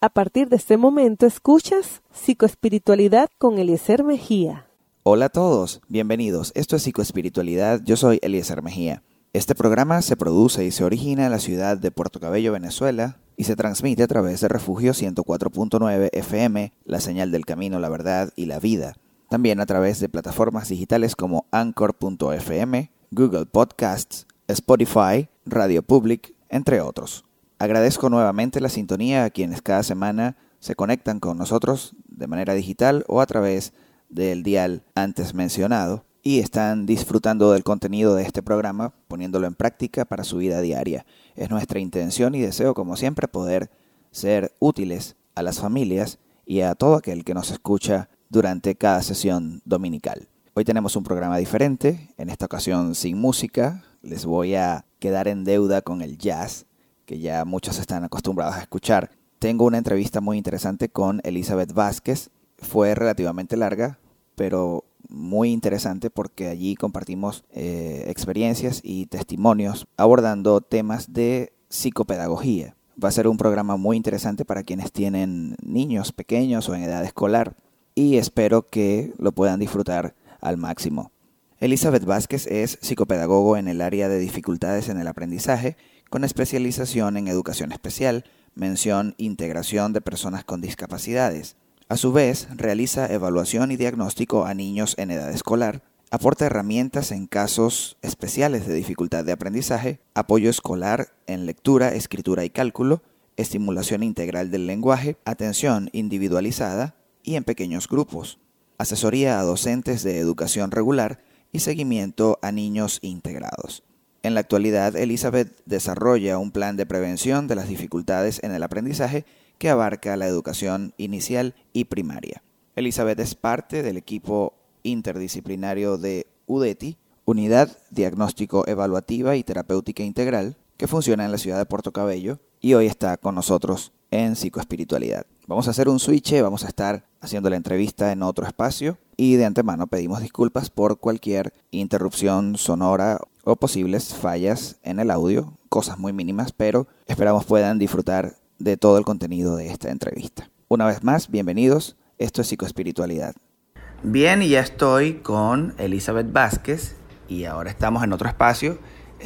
A partir de este momento escuchas Psicoespiritualidad con Eliezer Mejía. Hola a todos, bienvenidos. Esto es Psicoespiritualidad, yo soy Eliezer Mejía. Este programa se produce y se origina en la ciudad de Puerto Cabello, Venezuela, y se transmite a través de Refugio 104.9 FM, la señal del camino, la verdad y la vida. También a través de plataformas digitales como Anchor.fm, Google Podcasts, Spotify, Radio Public, entre otros. Agradezco nuevamente la sintonía a quienes cada semana se conectan con nosotros de manera digital o a través del dial antes mencionado y están disfrutando del contenido de este programa, poniéndolo en práctica para su vida diaria. Es nuestra intención y deseo, como siempre, poder ser útiles a las familias y a todo aquel que nos escucha durante cada sesión dominical. Hoy tenemos un programa diferente, en esta ocasión sin música. Les voy a quedar en deuda con el jazz, que ya muchos están acostumbrados a escuchar. Tengo una entrevista muy interesante con Elizabeth Vázquez. Fue relativamente larga, pero muy interesante porque allí compartimos experiencias y testimonios abordando temas de psicopedagogía. Va a ser un programa muy interesante para quienes tienen niños pequeños o en edad escolar y espero que lo puedan disfrutar al máximo. Elizabeth Vázquez es psicopedagogo en el área de dificultades en el aprendizaje, con especialización en educación especial, mención integración de personas con discapacidades. A su vez, realiza evaluación y diagnóstico a niños en edad escolar, aporta herramientas en casos especiales de dificultad de aprendizaje, apoyo escolar en lectura, escritura y cálculo, estimulación integral del lenguaje, atención individualizada y en pequeños grupos, asesoría a docentes de educación regular y seguimiento a niños integrados. En la actualidad, Elizabeth desarrolla un plan de prevención de las dificultades en el aprendizaje que abarca la educación inicial y primaria. Elizabeth es parte del equipo interdisciplinario de UDETI, Unidad Diagnóstico Evaluativa y Terapéutica Integral, que funciona en la ciudad de Puerto Cabello y hoy está con nosotros en Psicoespiritualidad. Vamos a hacer un switch, vamos a estar haciendo la entrevista en otro espacio y de antemano pedimos disculpas por cualquier interrupción sonora o posibles fallas en el audio, cosas muy mínimas, pero esperamos puedan disfrutar de todo el contenido de esta entrevista. Una vez más, bienvenidos, esto es Psicoespiritualidad. Bien, y ya estoy con Elizabeth Vázquez y ahora estamos en otro espacio.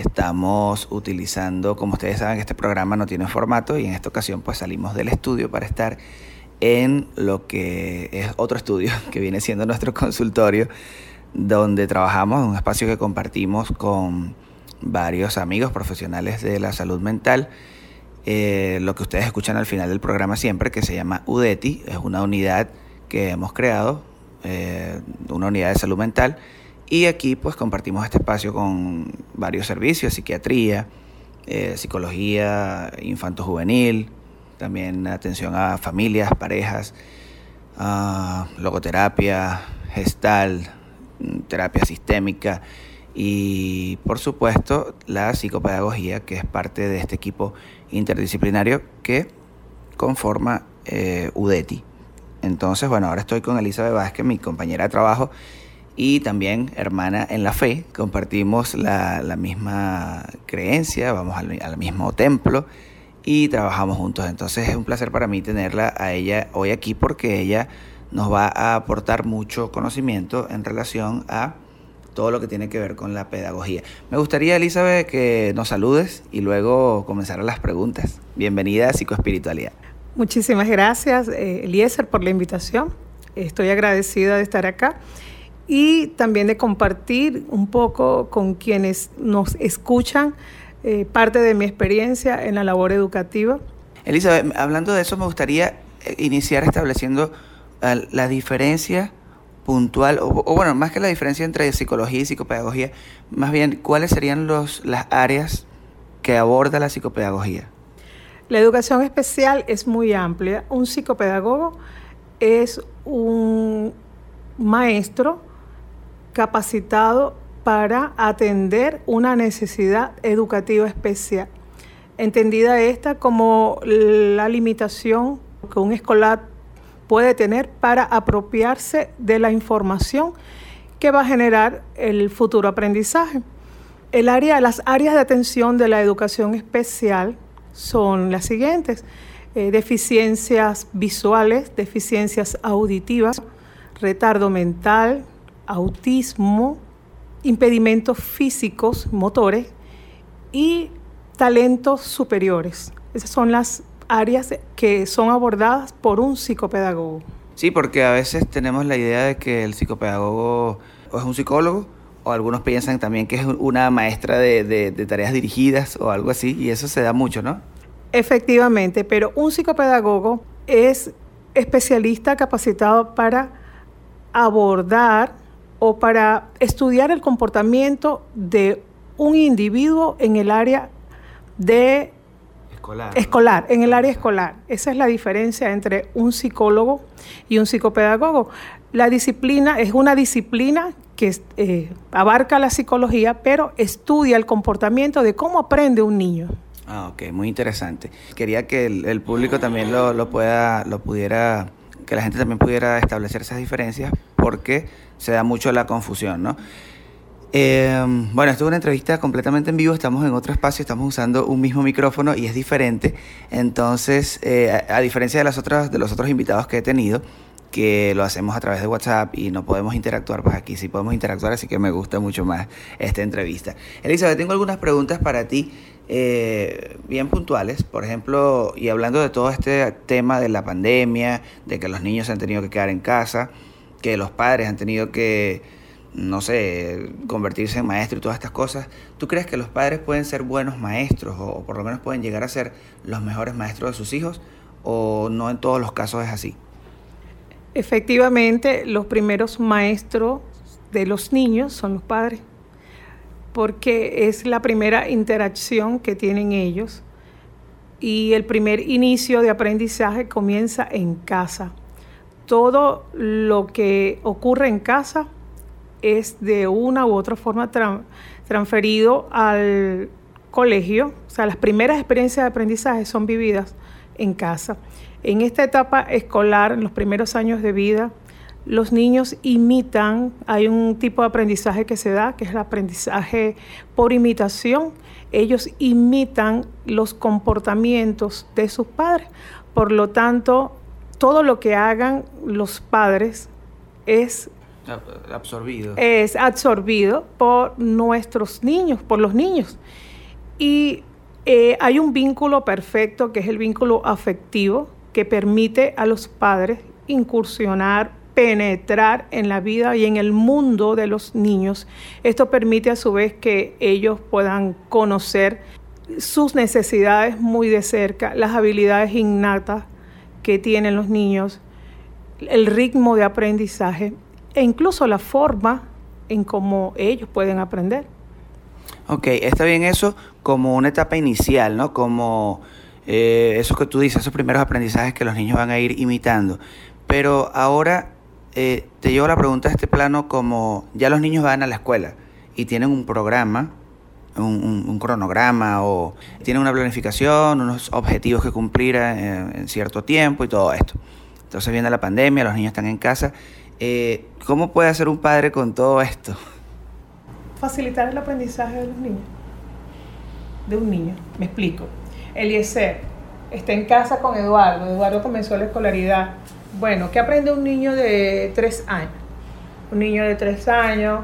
Estamos utilizando, como ustedes saben, este programa no tiene formato y en esta ocasión pues salimos del estudio para estar en lo que es otro estudio que viene siendo nuestro consultorio, donde trabajamos en un espacio que compartimos con varios amigos profesionales de la salud mental. Lo que ustedes escuchan al final del programa siempre, que se llama UDETI, es una unidad que hemos creado, una unidad de salud mental, y aquí pues compartimos este espacio con varios servicios, psiquiatría, psicología infanto-juvenil, también atención a familias, parejas, logoterapia, gestal, terapia sistémica y por supuesto la psicopedagogía, que es parte de este equipo interdisciplinario que conforma UDETI. Entonces, bueno, ahora estoy con Elizabeth Vázquez, mi compañera de trabajo y también hermana en la fe. Compartimos la misma creencia, vamos al mismo templo y trabajamos juntos. Entonces es un placer para mí tenerla a ella hoy aquí porque ella nos va a aportar mucho conocimiento en relación a todo lo que tiene que ver con la pedagogía. Me gustaría, Elizabeth, que nos saludes y luego comenzar las preguntas. Bienvenida a Psicoespiritualidad. Muchísimas gracias, Eliezer, por la invitación. Estoy agradecida de estar acá y también de compartir un poco con quienes nos escuchan parte de mi experiencia en la labor educativa. Elizabeth, hablando de eso, me gustaría iniciar estableciendo la diferencia puntual, o bueno, más que la diferencia entre psicología y psicopedagogía, más bien, ¿cuáles serían las áreas que aborda la psicopedagogía? La educación especial es muy amplia. Un psicopedagogo es un maestro capacitado para atender una necesidad educativa especial, entendida esta como la limitación que un escolar puede tener para apropiarse de la información que va a generar el futuro aprendizaje. Las áreas de atención de la educación especial son las siguientes: deficiencias visuales, deficiencias auditivas, retardo mental, autismo, impedimentos físicos, motores y talentos superiores. Esas son las áreas que son abordadas por un psicopedagogo. Sí, porque a veces tenemos la idea de que el psicopedagogo o es un psicólogo, o algunos piensan también que es una maestra de tareas dirigidas o algo así, y eso se da mucho, ¿no? Efectivamente, pero un psicopedagogo es especialista capacitado para abordar o para estudiar el comportamiento de un individuo en el área de escolar, en el área escolar. Esa es la diferencia entre un psicólogo y un psicopedagogo. La disciplina es una disciplina que abarca la psicología, pero estudia el comportamiento de cómo aprende un niño. Ah, ok, muy interesante. Quería que el público también lo pudiera, que la gente también pudiera establecer esas diferencias, porque se da mucho la confusión, ¿no? Bueno, esto es una entrevista completamente en vivo, estamos en otro espacio, estamos usando un mismo micrófono y es diferente. Entonces, a diferencia de los otros invitados que he tenido, que lo hacemos a través de WhatsApp y no podemos interactuar, pues aquí sí podemos interactuar, así que me gusta mucho más esta entrevista. Elizabeth, tengo algunas preguntas para ti, bien puntuales. Por ejemplo, y hablando de todo este tema de la pandemia, de que los niños se han tenido que quedar en casa, que los padres han tenido que, no sé, convertirse en maestros y todas estas cosas, ¿tú crees que los padres pueden ser buenos maestros o por lo menos pueden llegar a ser los mejores maestros de sus hijos, o no en todos los casos es así? Efectivamente, los primeros maestros de los niños son los padres, porque es la primera interacción que tienen ellos y el primer inicio de aprendizaje comienza en casa. Todo lo que ocurre en casa es de una u otra forma transferido al colegio. O sea, las primeras experiencias de aprendizaje son vividas en casa. En esta etapa escolar, en los primeros años de vida, los niños imitan, hay un tipo de aprendizaje que se da, que es el aprendizaje por imitación. Ellos imitan los comportamientos de sus padres. Por lo tanto, todo lo que hagan los padres es absorbido por nuestros niños, por los niños. Y hay un vínculo perfecto, que es el vínculo afectivo, que permite a los padres incursionar, penetrar en la vida y en el mundo de los niños. Esto permite a su vez que ellos puedan conocer sus necesidades muy de cerca, las habilidades innatas que tienen los niños, el ritmo de aprendizaje e incluso la forma en cómo ellos pueden aprender. Ok, está bien eso como una etapa inicial, ¿no? Como eso que tú dices, esos primeros aprendizajes que los niños van a ir imitando. Pero ahora te llevo la pregunta a este plano, como ya los niños van a la escuela y tienen un programa, un cronograma, o tienen una planificación, unos objetivos que cumplir en cierto tiempo y todo esto. Entonces viene la pandemia, los niños están en casa. ¿Cómo puede hacer un padre con todo esto? Facilitar el aprendizaje de los niños. De un niño, me explico. Eliezer está en casa con Eduardo. Eduardo comenzó la escolaridad. Bueno, ¿qué aprende un niño de 3 años? Un niño de 3 años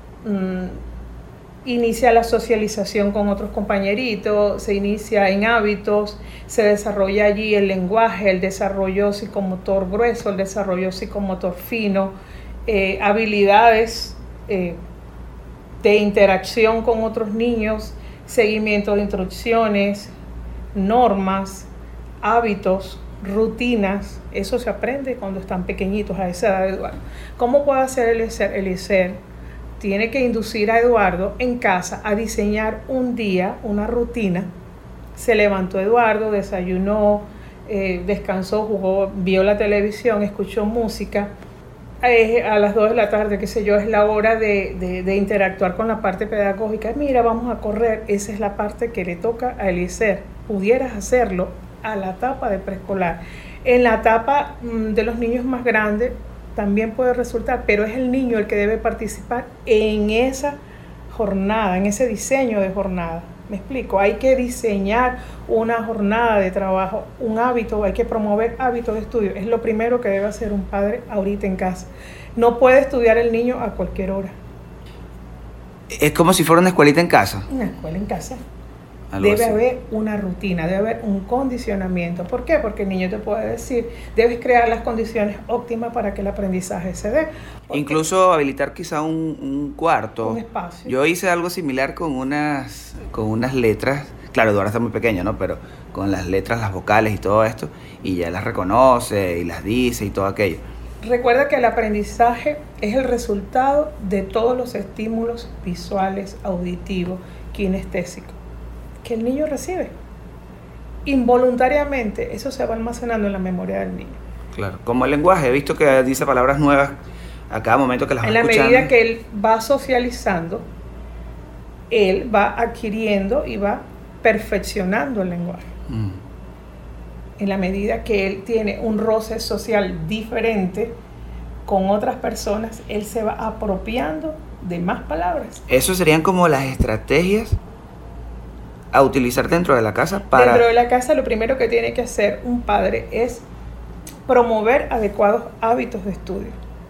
inicia la socialización con otros compañeritos, se inicia en hábitos, se desarrolla allí el lenguaje, el desarrollo psicomotor grueso, el desarrollo psicomotor fino, habilidades de interacción con otros niños, seguimiento de instrucciones, normas, hábitos, rutinas. Eso se aprende cuando están pequeñitos, a esa edad de Eduardo. ¿Cómo puede hacer Eliezer? Tiene que inducir a Eduardo en casa a diseñar un día, una rutina. Se levantó Eduardo, desayunó, descansó, jugó, vio la televisión, escuchó música. A las 2 de la tarde, qué sé yo, es la hora de interactuar con la parte pedagógica. Mira, vamos a correr. Esa es la parte que le toca a Eliezer. Pudieras hacerlo a la etapa de preescolar. En la etapa de los niños más grandes también puede resultar, pero es el niño el que debe participar en esa jornada, en ese diseño de jornada. Me explico, hay que diseñar una jornada de trabajo, un hábito, hay que promover hábitos de estudio. Es lo primero que debe hacer un padre ahorita en casa. No puede estudiar el niño a cualquier hora. Es como si fuera una escuelita en casa. Una escuela en casa. Algo Debe así. haber una rutina, debe haber un condicionamiento. ¿Por qué? Porque el niño te puede decir, debes crear las condiciones óptimas para que el aprendizaje se dé. Incluso habilitar quizá un cuarto. Un espacio. Yo hice algo similar con unas letras. Claro, Eduardo está muy pequeño, ¿no? Pero con las letras, las vocales y todo esto, y ya las reconoce y las dice y todo aquello. Recuerda que el aprendizaje es el resultado de todos los estímulos visuales, auditivos, kinestésicos que el niño recibe. Involuntariamente, eso se va almacenando en la memoria del niño. Claro, como el lenguaje, he visto que dice palabras nuevas a cada momento que las va En la escuchando. medida que él va socializando, él va adquiriendo y va perfeccionando el lenguaje. En la medida que él tiene un roce social diferente con otras personas, él se va apropiando de más palabras. Eso serían como las estrategias a utilizar dentro de la casa para... Dentro de la casa, lo primero que tiene que hacer un padre es promover adecuados hábitos de estudio.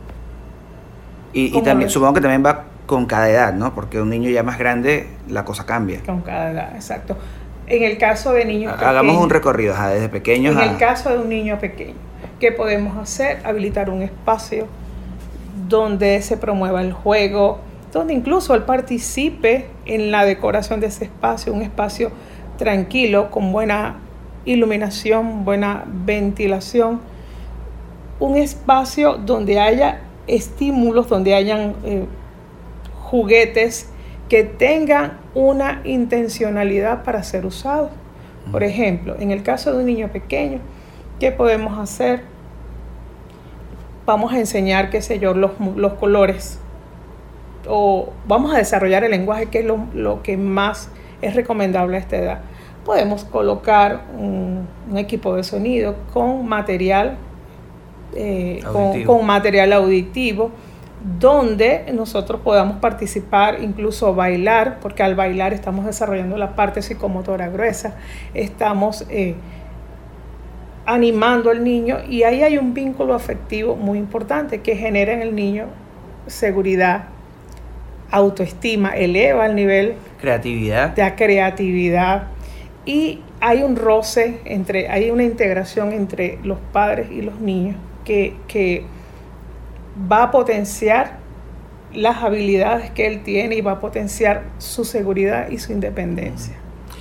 Y también supongo que también va con cada edad, ¿no? Porque un niño ya más grande, la cosa cambia. Con cada edad, exacto. En el caso de niños pequeños... Hagamos un recorrido, desde pequeños En el caso de un niño pequeño, ¿qué podemos hacer? Habilitar un espacio donde se promueva el juego, donde incluso él participe en la decoración de ese espacio, un espacio tranquilo, con buena iluminación, buena ventilación, un espacio donde haya estímulos, donde hayan juguetes que tengan una intencionalidad para ser usados. Por ejemplo, en el caso de un niño pequeño, ¿qué podemos hacer? Vamos a enseñar, qué sé yo, los colores, o vamos a desarrollar el lenguaje, que es lo que más es recomendable a esta edad. Podemos colocar un equipo de sonido con material con material auditivo, donde nosotros podamos participar, incluso bailar, porque al bailar estamos desarrollando la parte psicomotora gruesa, estamos animando al niño, y ahí hay un vínculo afectivo muy importante que genera en el niño seguridad, autoestima, eleva el nivel de creatividad, y hay un roce, hay una integración entre los padres y los niños que va a potenciar las habilidades que él tiene y va a potenciar su seguridad y su independencia.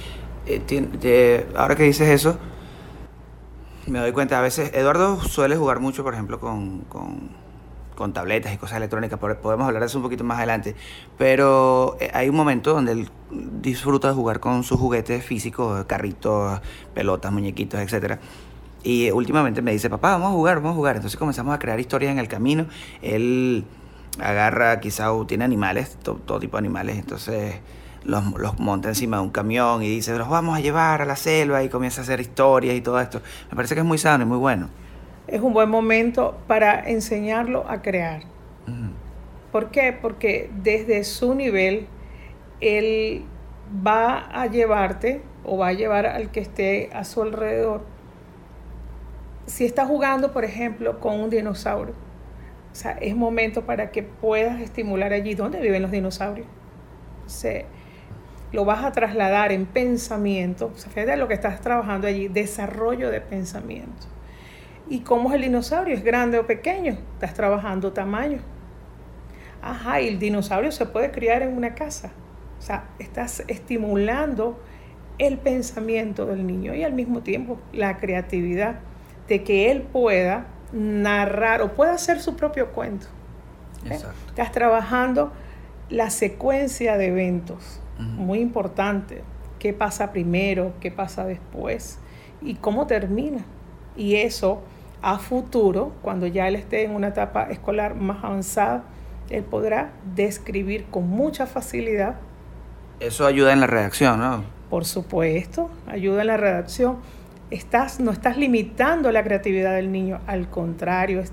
Ahora que dices eso, me doy cuenta, a veces Eduardo suele jugar mucho, por ejemplo, con tabletas y cosas electrónicas. Podemos hablar de eso un poquito más adelante, pero hay un momento donde él disfruta de jugar con sus juguetes físicos, carritos, pelotas, muñequitos, etcétera. Y últimamente me dice, papá, vamos a jugar. Entonces comenzamos a crear historias en el camino. Él agarra, quizá tiene animales, todo tipo de animales, entonces los monta encima de un camión y dice, los vamos a llevar a la selva, y comienza a hacer historias y todo esto. Me parece que es muy sano y muy bueno. Es un buen momento para enseñarlo a crear. ¿Por qué? Porque desde su nivel, él va a llevarte, o va a llevar al que esté a su alrededor. Si está jugando, por ejemplo, con un dinosaurio, o sea, es momento para que puedas estimular allí dónde viven los dinosaurios. O sea, lo vas a trasladar en pensamiento. O sea, fíjate lo que estás trabajando allí, desarrollo de pensamiento. ¿Y cómo es el dinosaurio? ¿Es grande o pequeño? Estás trabajando tamaño. Ajá, y el dinosaurio se puede criar en una casa. O sea, estás estimulando el pensamiento del niño y al mismo tiempo la creatividad de que él pueda narrar o pueda hacer su propio cuento. Exacto. Estás trabajando la secuencia de eventos, muy importante. ¿Qué pasa primero? ¿Qué pasa después? ¿Y cómo termina? Y eso, a futuro, cuando ya él esté en una etapa escolar más avanzada, él podrá describir con mucha facilidad. Eso ayuda en la redacción, ¿no? Por supuesto, ayuda en la redacción. No estás limitando la creatividad del niño, al contrario,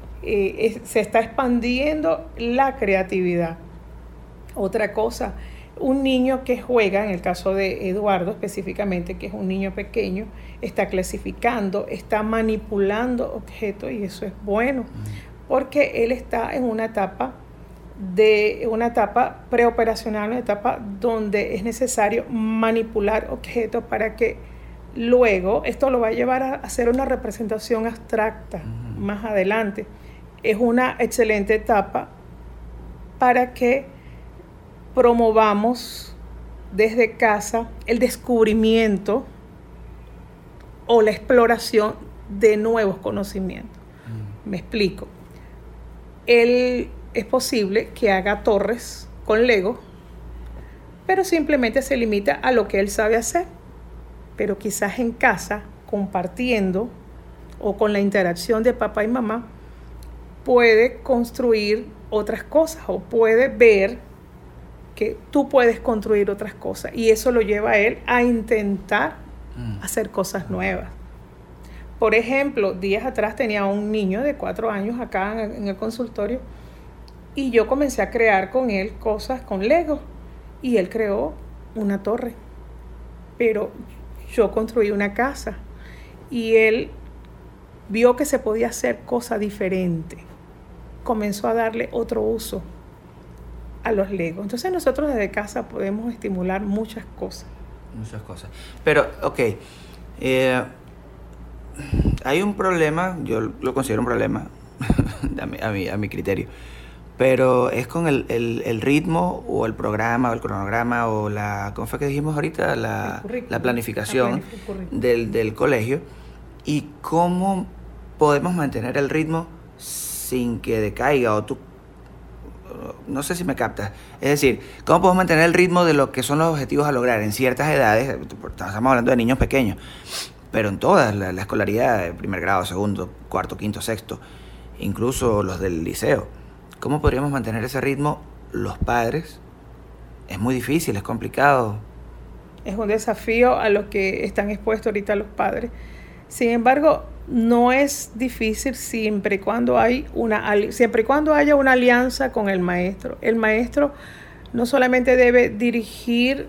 se está expandiendo la creatividad. Otra cosa Un niño que juega, en el caso de Eduardo específicamente, que es un niño pequeño, está clasificando, está manipulando objetos, y eso es bueno, porque él está en una etapa preoperacional, una etapa donde es necesario manipular objetos para que luego esto lo va a llevar a hacer una representación abstracta más adelante. Es una excelente etapa para que promovamos desde casa el descubrimiento o la exploración de nuevos conocimientos. Me explico. Él es posible que haga torres con Lego, pero simplemente se limita a lo que él sabe hacer. Pero quizás en casa, compartiendo o con la interacción de papá y mamá, puede construir otras cosas o puede ver que tú puedes construir otras cosas, y eso lo lleva a él a intentar hacer cosas nuevas. Por ejemplo, días atrás tenía un niño de 4 años acá en el consultorio, y yo comencé a crear con él cosas con Lego, y él creó una torre, pero yo construí una casa, y él vio que se podía hacer cosas diferentes, comenzó a darle otro uso a los Legos. Entonces nosotros desde casa podemos estimular muchas cosas. Muchas cosas. Pero, ok, hay un problema, yo lo considero un problema a mi criterio, pero es con el ritmo o el programa o el cronograma o ¿cómo fue que dijimos ahorita? La planificación del colegio, y cómo podemos mantener el ritmo sin que decaiga, o tú, no sé si me captas. Es decir, ¿cómo podemos mantener el ritmo de lo que son los objetivos a lograr en ciertas edades? Estamos hablando de niños pequeños, pero en todas, la escolaridad de primer grado, segundo, cuarto, quinto, sexto, incluso los del liceo. ¿Cómo podríamos mantener ese ritmo los padres? Es muy difícil, es complicado. Es un desafío a lo que están expuestos ahorita los padres. Sin embargo, no es difícil siempre y cuando haya una alianza con el maestro. El maestro no solamente debe dirigir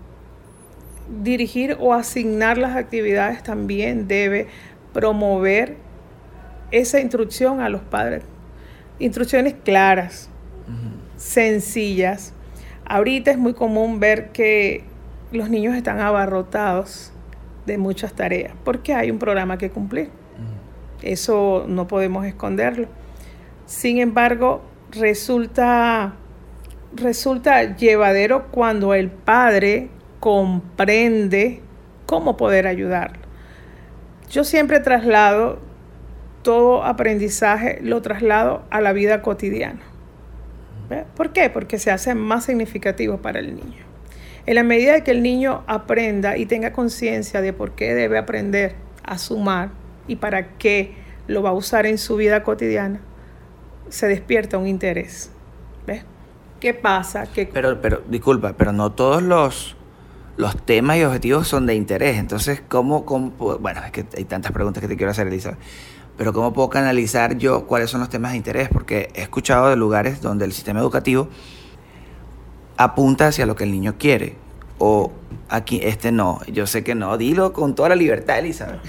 o asignar las actividades, también debe promover esa instrucción a los padres. Instrucciones claras, sencillas. Ahorita es muy común ver que los niños están abarrotados de muchas tareas, porque hay un programa que cumplir. Eso no podemos esconderlo. Sin embargo, resulta llevadero cuando el padre comprende cómo poder ayudarlo. Yo siempre traslado todo aprendizaje, lo traslado a la vida cotidiana. ¿Ve? ¿Por qué? Porque se hace más significativo para el niño. En la medida de que el niño aprenda y tenga conciencia de por qué debe aprender a sumar y para qué lo va a usar en su vida cotidiana, se despierta un interés. ¿Ves? ¿Qué pasa? Pero disculpa, pero no todos los temas y objetivos son de interés. Entonces, ¿cómo bueno, es que hay tantas preguntas que te quiero hacer, Elizabeth. Pero ¿cómo puedo canalizar yo cuáles son los temas de interés? Porque he escuchado de lugares donde el sistema educativo apunta hacia lo que el niño quiere. O aquí, no, yo sé que no. Dilo con toda la libertad, Elizabeth.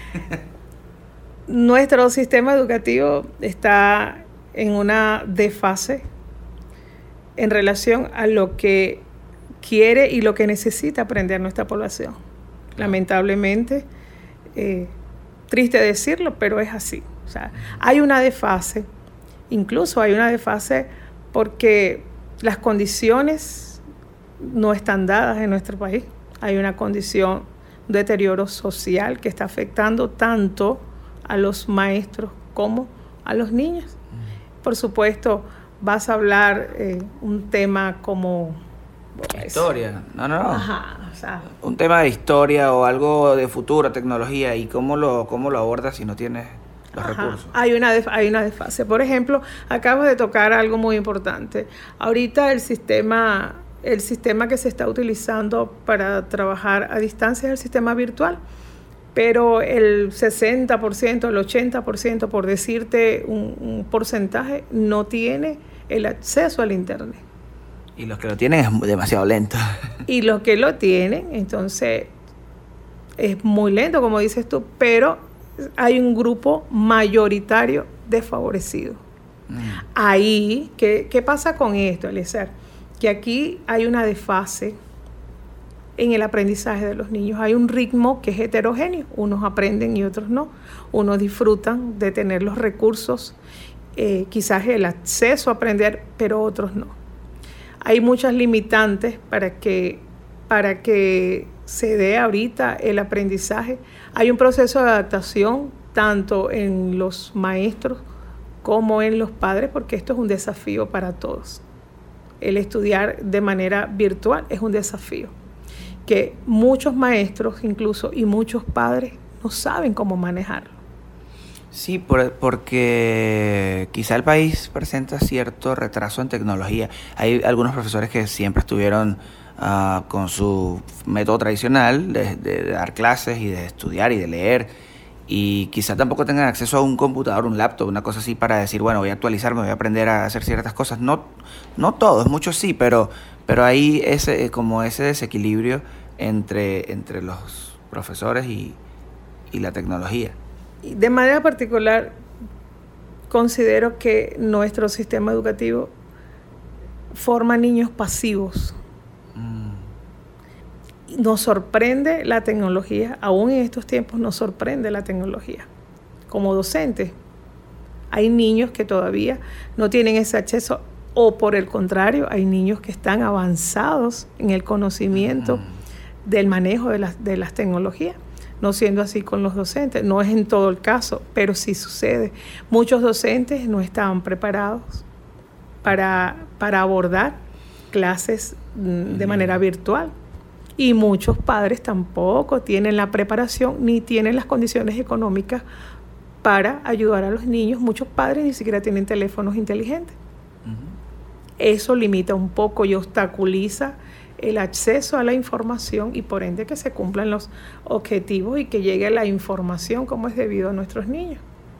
Nuestro sistema educativo está en una desfase en relación a lo que quiere y lo que necesita aprender nuestra población. Lamentablemente, triste decirlo, pero es así. O sea, hay una desfase, incluso hay una desfase porque las condiciones no están dadas en nuestro país. Hay una condición, un deterioro social que está afectando tanto a los maestros como a los niños. Por supuesto, vas a hablar un tema como historia, no. Ajá, o sea, un tema de historia o algo de futuro, tecnología, y cómo lo abordas si no tienes los recursos. Hay una desfase. Por ejemplo, acabas de tocar algo muy importante. Ahorita el sistema que se está utilizando para trabajar a distancia es el sistema virtual, pero el 60%, el 80%, por decirte un porcentaje, no tiene el acceso al internet. Y los que lo tienen es demasiado lento. Y los que lo tienen, entonces, es muy lento, como dices tú, pero hay un grupo mayoritario desfavorecido. Ahí, ¿qué pasa con esto, Eliezer? Que aquí hay una desfase en el aprendizaje de los niños. Hay un ritmo que es heterogéneo. Unos aprenden y otros no. Unos disfrutan de tener los recursos, quizás el acceso a aprender, pero otros no. Hay muchas limitantes para que se dé ahorita el aprendizaje. Hay un proceso de adaptación tanto en los maestros como en los padres, porque esto es un desafío para todos. El estudiar de manera virtual es un desafío que muchos maestros incluso y muchos padres no saben cómo manejarlo. Sí, porque quizá el país presenta cierto retraso en tecnología. Hay algunos profesores que siempre estuvieron con su método tradicional de dar clases y de estudiar y de leer, y quizá tampoco tengan acceso a un computador, un laptop, una cosa así para decir, bueno, voy a actualizarme, voy a aprender a hacer ciertas cosas. No todos, muchos sí, pero hay ese desequilibrio entre los profesores y la tecnología. De manera particular, considero que nuestro sistema educativo forma niños pasivos. Nos sorprende la tecnología, aún en estos tiempos nos sorprende la tecnología. Como docentes, hay niños que todavía no tienen ese acceso, o por el contrario, hay niños que están avanzados en el conocimiento del manejo de las tecnologías. No siendo así con los docentes, no es en todo el caso, pero sí sucede. Muchos docentes no estaban preparados para abordar clases de manera virtual, y muchos padres tampoco tienen la preparación ni tienen las condiciones económicas para ayudar a los niños. Muchos padres ni siquiera tienen teléfonos inteligentes. Eso limita un poco y obstaculiza el acceso a la información, y por ende que se cumplan los objetivos y que llegue la información como es debido a nuestros niños.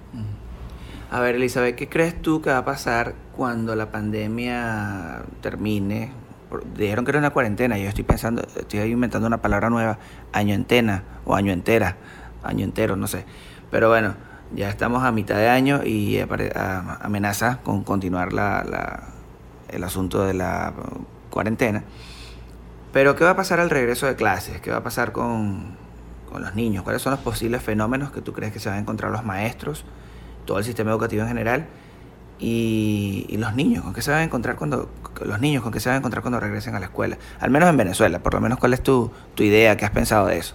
A ver, Elizabeth, ¿qué crees tú que va a pasar cuando la pandemia termine? Dijeron que era una cuarentena, yo estoy inventando una palabra nueva, añoentena o año entera, año entero, no sé. Pero bueno, ya estamos a mitad de año y amenaza con continuar el asunto de la cuarentena. Pero ¿qué va a pasar al regreso de clases? ¿Qué va a pasar con los niños? ¿Cuáles son los posibles fenómenos que tú crees que se van a encontrar los maestros, todo el sistema educativo en general, y los niños? ¿Con qué se van a encontrar cuando regresen a la escuela? Al menos en Venezuela, por lo menos, ¿cuál es tu idea? ¿Qué has pensado de eso?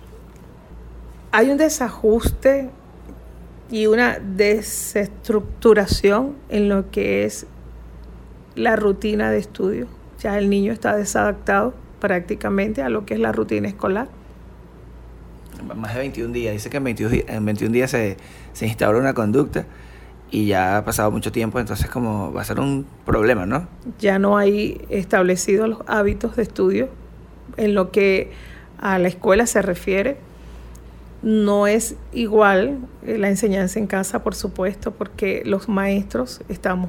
Hay un desajuste y una desestructuración en lo que es la rutina de estudio. Ya el niño está desadaptado prácticamente a lo que es la rutina escolar. Más de 21 días. Dice que en 21 días se instaura una conducta y ya ha pasado mucho tiempo, entonces como va a ser un problema, ¿no? Ya no hay establecidos los hábitos de estudio en lo que a la escuela se refiere. No es igual la enseñanza en casa, por supuesto, porque los maestros estamos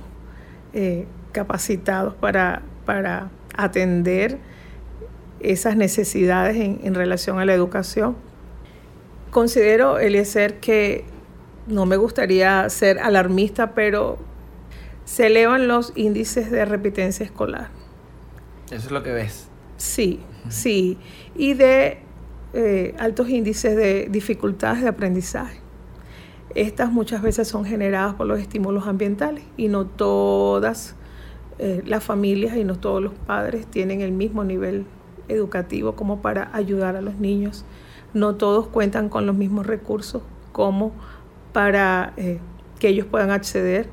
capacitados para atender esas necesidades en relación a la educación. Considero, Eliezer, que no me gustaría ser alarmista, pero se elevan los índices de repitencia escolar. ¿Eso es lo que ves? Sí, sí. Y de altos índices de dificultades de aprendizaje. Estas muchas veces son generadas por los estímulos ambientales, y no todas las familias y no todos los padres tienen el mismo nivel educativo como para ayudar a los niños. No todos cuentan con los mismos recursos como para que ellos puedan acceder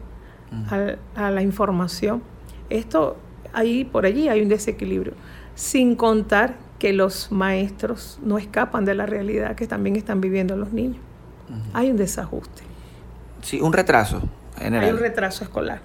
a la información. Por allí hay un desequilibrio, sin contar que los maestros no escapan de la realidad que también están viviendo los niños. Hay un desajuste. Sí, un retraso general. Hay un retraso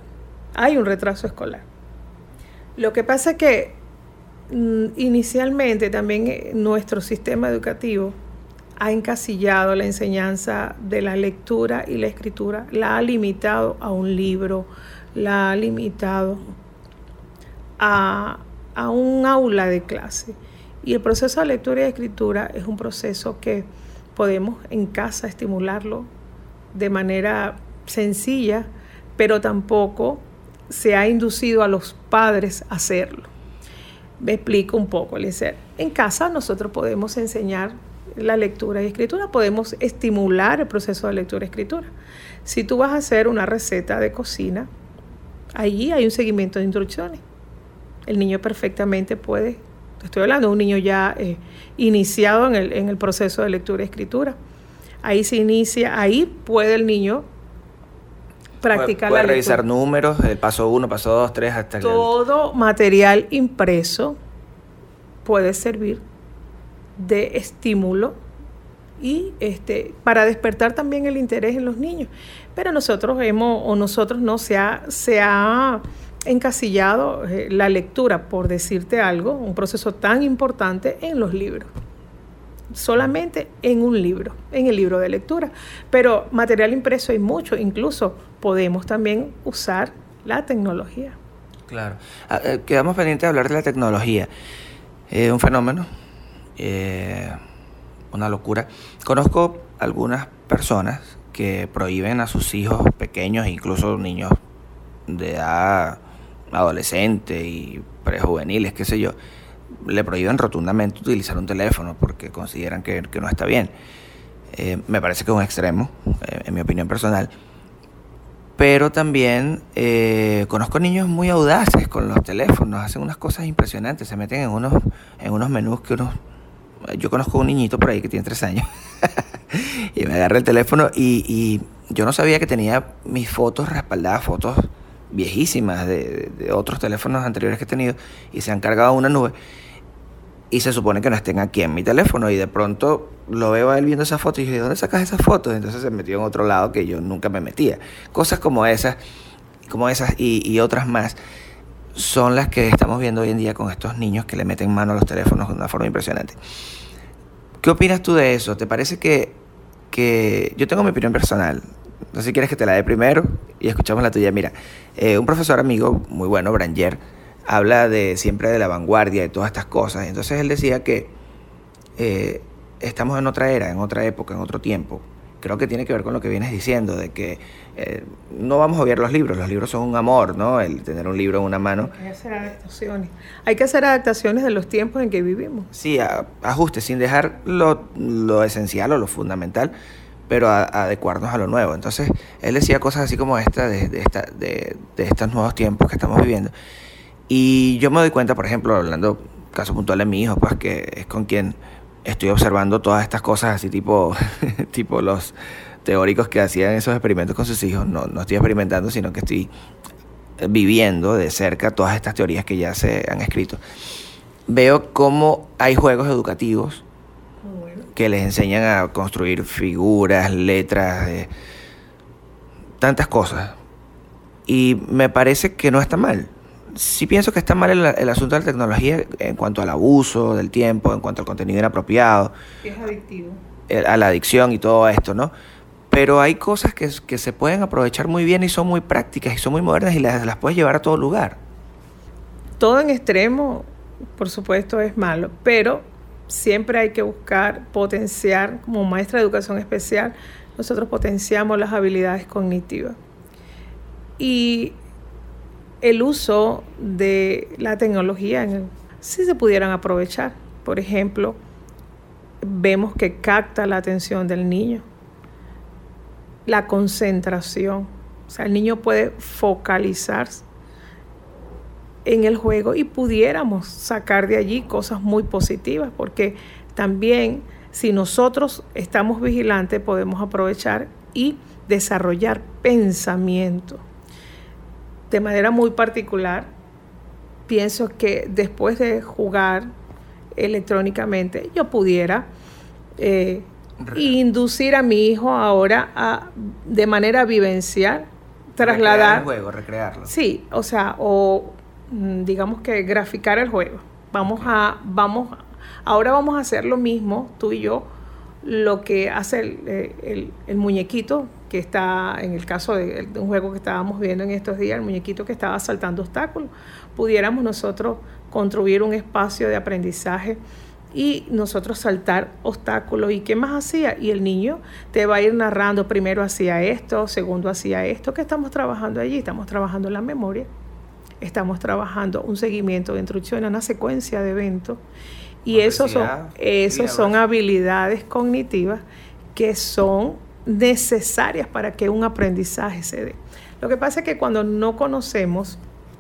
escolar. Lo que pasa es que inicialmente también nuestro sistema educativo ha encasillado la enseñanza de la lectura y la escritura, la ha limitado a un libro, la ha limitado a un aula de clase. Y el proceso de lectura y escritura es un proceso que podemos en casa estimularlo de manera sencilla, pero tampoco se ha inducido a los padres a hacerlo. Me explico un poco, Eliezer. En casa nosotros podemos enseñar la lectura y escritura, podemos estimular el proceso de lectura y escritura. Si tú vas a hacer una receta de cocina, allí hay un seguimiento de instrucciones. El niño perfectamente puede, estoy hablando de un niño ya iniciado en el proceso de lectura y escritura. Ahí se inicia, ahí puede el niño practicar la lectura. Puede revisar números, el paso 1, paso 2, 3, hasta todo material impreso puede servir de estímulo y para despertar también el interés en los niños. Pero nosotros no se ha encasillado la lectura, por decirte algo, un proceso tan importante en los libros. Solamente en un libro, en el libro de lectura. Pero material impreso hay mucho, incluso podemos también usar la tecnología. Claro. Quedamos pendientes de hablar de la tecnología. Un fenómeno, una locura. Conozco algunas personas que prohíben a sus hijos pequeños, incluso niños de edad adolescente y prejuveniles, qué sé yo, le prohíben rotundamente utilizar un teléfono porque consideran que no está bien. Me parece que es un extremo, en mi opinión personal. Pero también conozco niños muy audaces con los teléfonos, hacen unas cosas impresionantes, se meten en unos menús que yo conozco un niñito por ahí que tiene 3 años y me agarra el teléfono y yo no sabía que tenía mis fotos respaldadas, fotos viejísimas de otros teléfonos anteriores que he tenido, y se han cargado a una nube y se supone que no estén aquí en mi teléfono, y de pronto lo veo a él viendo esa foto y yo digo, ¿de dónde sacas esas fotos? Entonces se metió en otro lado que yo nunca me metía. Cosas como esas y otras más son las que estamos viendo hoy en día con estos niños que le meten mano a los teléfonos de una forma impresionante. ¿Qué opinas tú de eso? ¿Te parece que yo tengo mi opinión personal? No sé si quieres que te la dé primero y escuchamos la tuya. Mira, un profesor amigo muy bueno, Branger, habla siempre de la vanguardia, de todas estas cosas. Entonces él decía que estamos en otra era, en otra época, en otro tiempo. Creo que tiene que ver con lo que vienes diciendo, de que no vamos a obviar los libros son un amor, ¿no? El tener un libro en una mano. Hay que hacer adaptaciones de los tiempos en que vivimos. Sí, ajustes, sin dejar lo esencial o lo fundamental, pero adecuarnos a lo nuevo. Entonces, él decía cosas así como esta, de estos nuevos tiempos que estamos viviendo. Y yo me doy cuenta, por ejemplo, hablando caso puntual de mi hijo, pues que es con quien estoy observando todas estas cosas así tipo los teóricos que hacían esos experimentos con sus hijos. No estoy experimentando, sino que estoy viviendo de cerca todas estas teorías que ya se han escrito. Veo cómo hay juegos educativos que les enseñan a construir figuras, letras, tantas cosas. Y me parece que no está mal. Sí pienso que está mal el asunto de la tecnología en cuanto al abuso del tiempo, en cuanto al contenido inapropiado. Es adictivo. A la adicción y todo esto, ¿no? Pero hay cosas que se pueden aprovechar muy bien y son muy prácticas y son muy modernas y las puedes llevar a todo lugar. Todo en extremo, por supuesto, es malo, pero siempre hay que buscar potenciar, como maestra de educación especial, nosotros potenciamos las habilidades cognitivas. Y el uso de la tecnología sí se pudieran aprovechar. Por ejemplo, vemos que capta la atención del niño, la concentración. O sea, el niño puede focalizarse en el juego y pudiéramos sacar de allí cosas muy positivas, porque también si nosotros estamos vigilantes podemos aprovechar y desarrollar pensamiento. De manera muy particular, pienso que después de jugar electrónicamente, yo pudiera inducir a mi hijo ahora de manera vividencial, trasladar el juego, recrearlo. Sí, o sea, digamos que graficar el juego. Ahora vamos a hacer lo mismo, tú y yo, lo que hace el muñequito que está, en el caso de un juego que estábamos viendo en estos días, el muñequito que estaba saltando obstáculos, pudiéramos nosotros construir un espacio de aprendizaje y nosotros saltar obstáculos. ¿Y qué más hacía? Y el niño te va a ir narrando, primero hacía esto, segundo hacía esto. ¿Qué estamos trabajando allí? Estamos trabajando la memoria, estamos trabajando un seguimiento de instrucciones, una secuencia de eventos. Y esos son habilidades cognitivas que son necesarias para que un aprendizaje se dé. Lo que pasa es que cuando no conocemos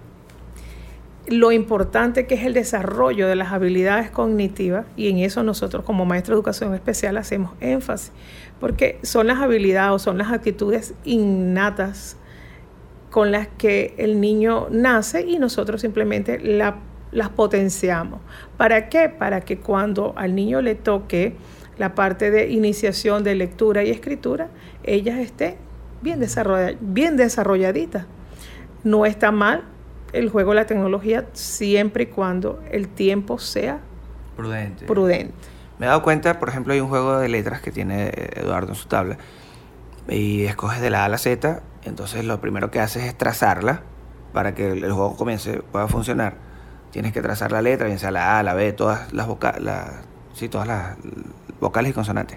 lo importante que es el desarrollo de las habilidades cognitivas, y en eso nosotros como maestros de educación especial hacemos énfasis, porque son las habilidades o son las actitudes innatas con las que el niño nace y nosotros simplemente las potenciamos. ¿Para qué? Para que cuando al niño le toque la parte de iniciación de lectura y escritura, ellas estén bien desarrolladitas. No está mal el juego de la tecnología siempre y cuando el tiempo sea prudente. Me he dado cuenta, por ejemplo, hay un juego de letras que tiene Eduardo en su tabla y escoges de la A a la Z, entonces lo primero que haces es trazarla para que el juego pueda funcionar. Tienes que trazar la letra, bien sea la A, la B, todas las vocales y consonantes.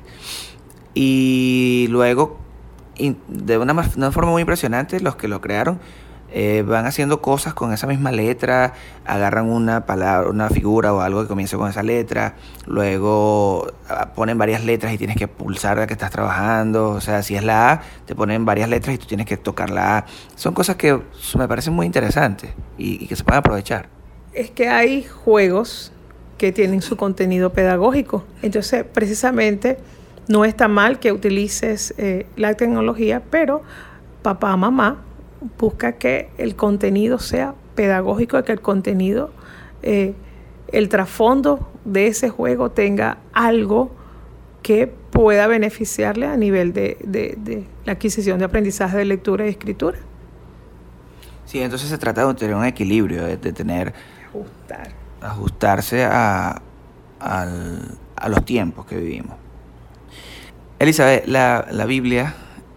Y luego, de una forma muy impresionante, los que lo crearon van haciendo cosas con esa misma letra, agarran una palabra, una figura o algo que comience con esa letra, luego ponen varias letras y tienes que pulsar la que estás trabajando. O sea, si es la A, te ponen varias letras y tú tienes que tocar la A. Son cosas que me parecen muy interesantes y que se pueden aprovechar. Es que hay juegos que tienen su contenido pedagógico. Entonces, precisamente, no está mal que utilices la tecnología, pero papá, mamá, busca que el contenido sea pedagógico, que el contenido, el trasfondo de ese juego tenga algo que pueda beneficiarle a nivel de la adquisición de aprendizaje de lectura y escritura. Sí, entonces se trata de tener un equilibrio, de tener... Ajustarse a los tiempos que vivimos. Elizabeth, la Biblia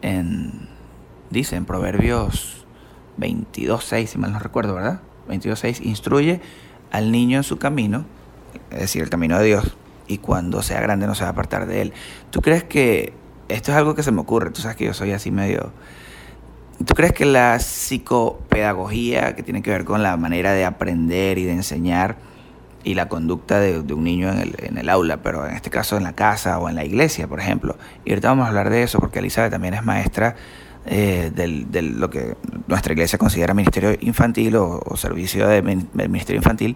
dice en Proverbios 22:6, si mal no recuerdo, ¿verdad? 22:6, instruye al niño en su camino, es decir, el camino de Dios, y cuando sea grande no se va a apartar de él. ¿Tú crees que, esto es algo que se me ocurre, tú sabes que yo soy así medio... ¿Tú crees que la psicopedagogía, que tiene que ver con la manera de aprender y de enseñar y la conducta de un niño en el aula, pero en este caso en la casa o en la iglesia, por ejemplo? Y ahorita vamos a hablar de eso porque Elizabeth también es maestra de lo que nuestra iglesia considera ministerio infantil o servicio del ministerio infantil.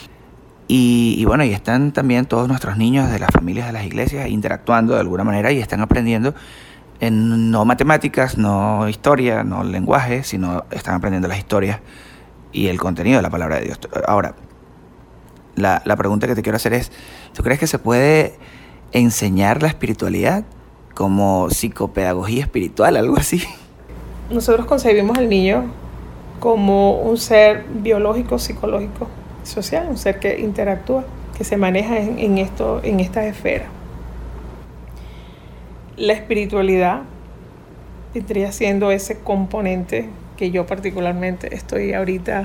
Y bueno, y están también todos nuestros niños de las familias de las iglesias interactuando de alguna manera y están aprendiendo no matemáticas, no historia, no lenguaje, sino están aprendiendo las historias y el contenido de la palabra de Dios. Ahora, la pregunta que te quiero hacer es, ¿tú crees que se puede enseñar la espiritualidad como psicopedagogía espiritual, algo así? Nosotros concebimos al niño como un ser biológico, psicológico, social, un ser que interactúa, que se maneja en estas esferas. La espiritualidad vendría siendo ese componente que yo particularmente estoy ahorita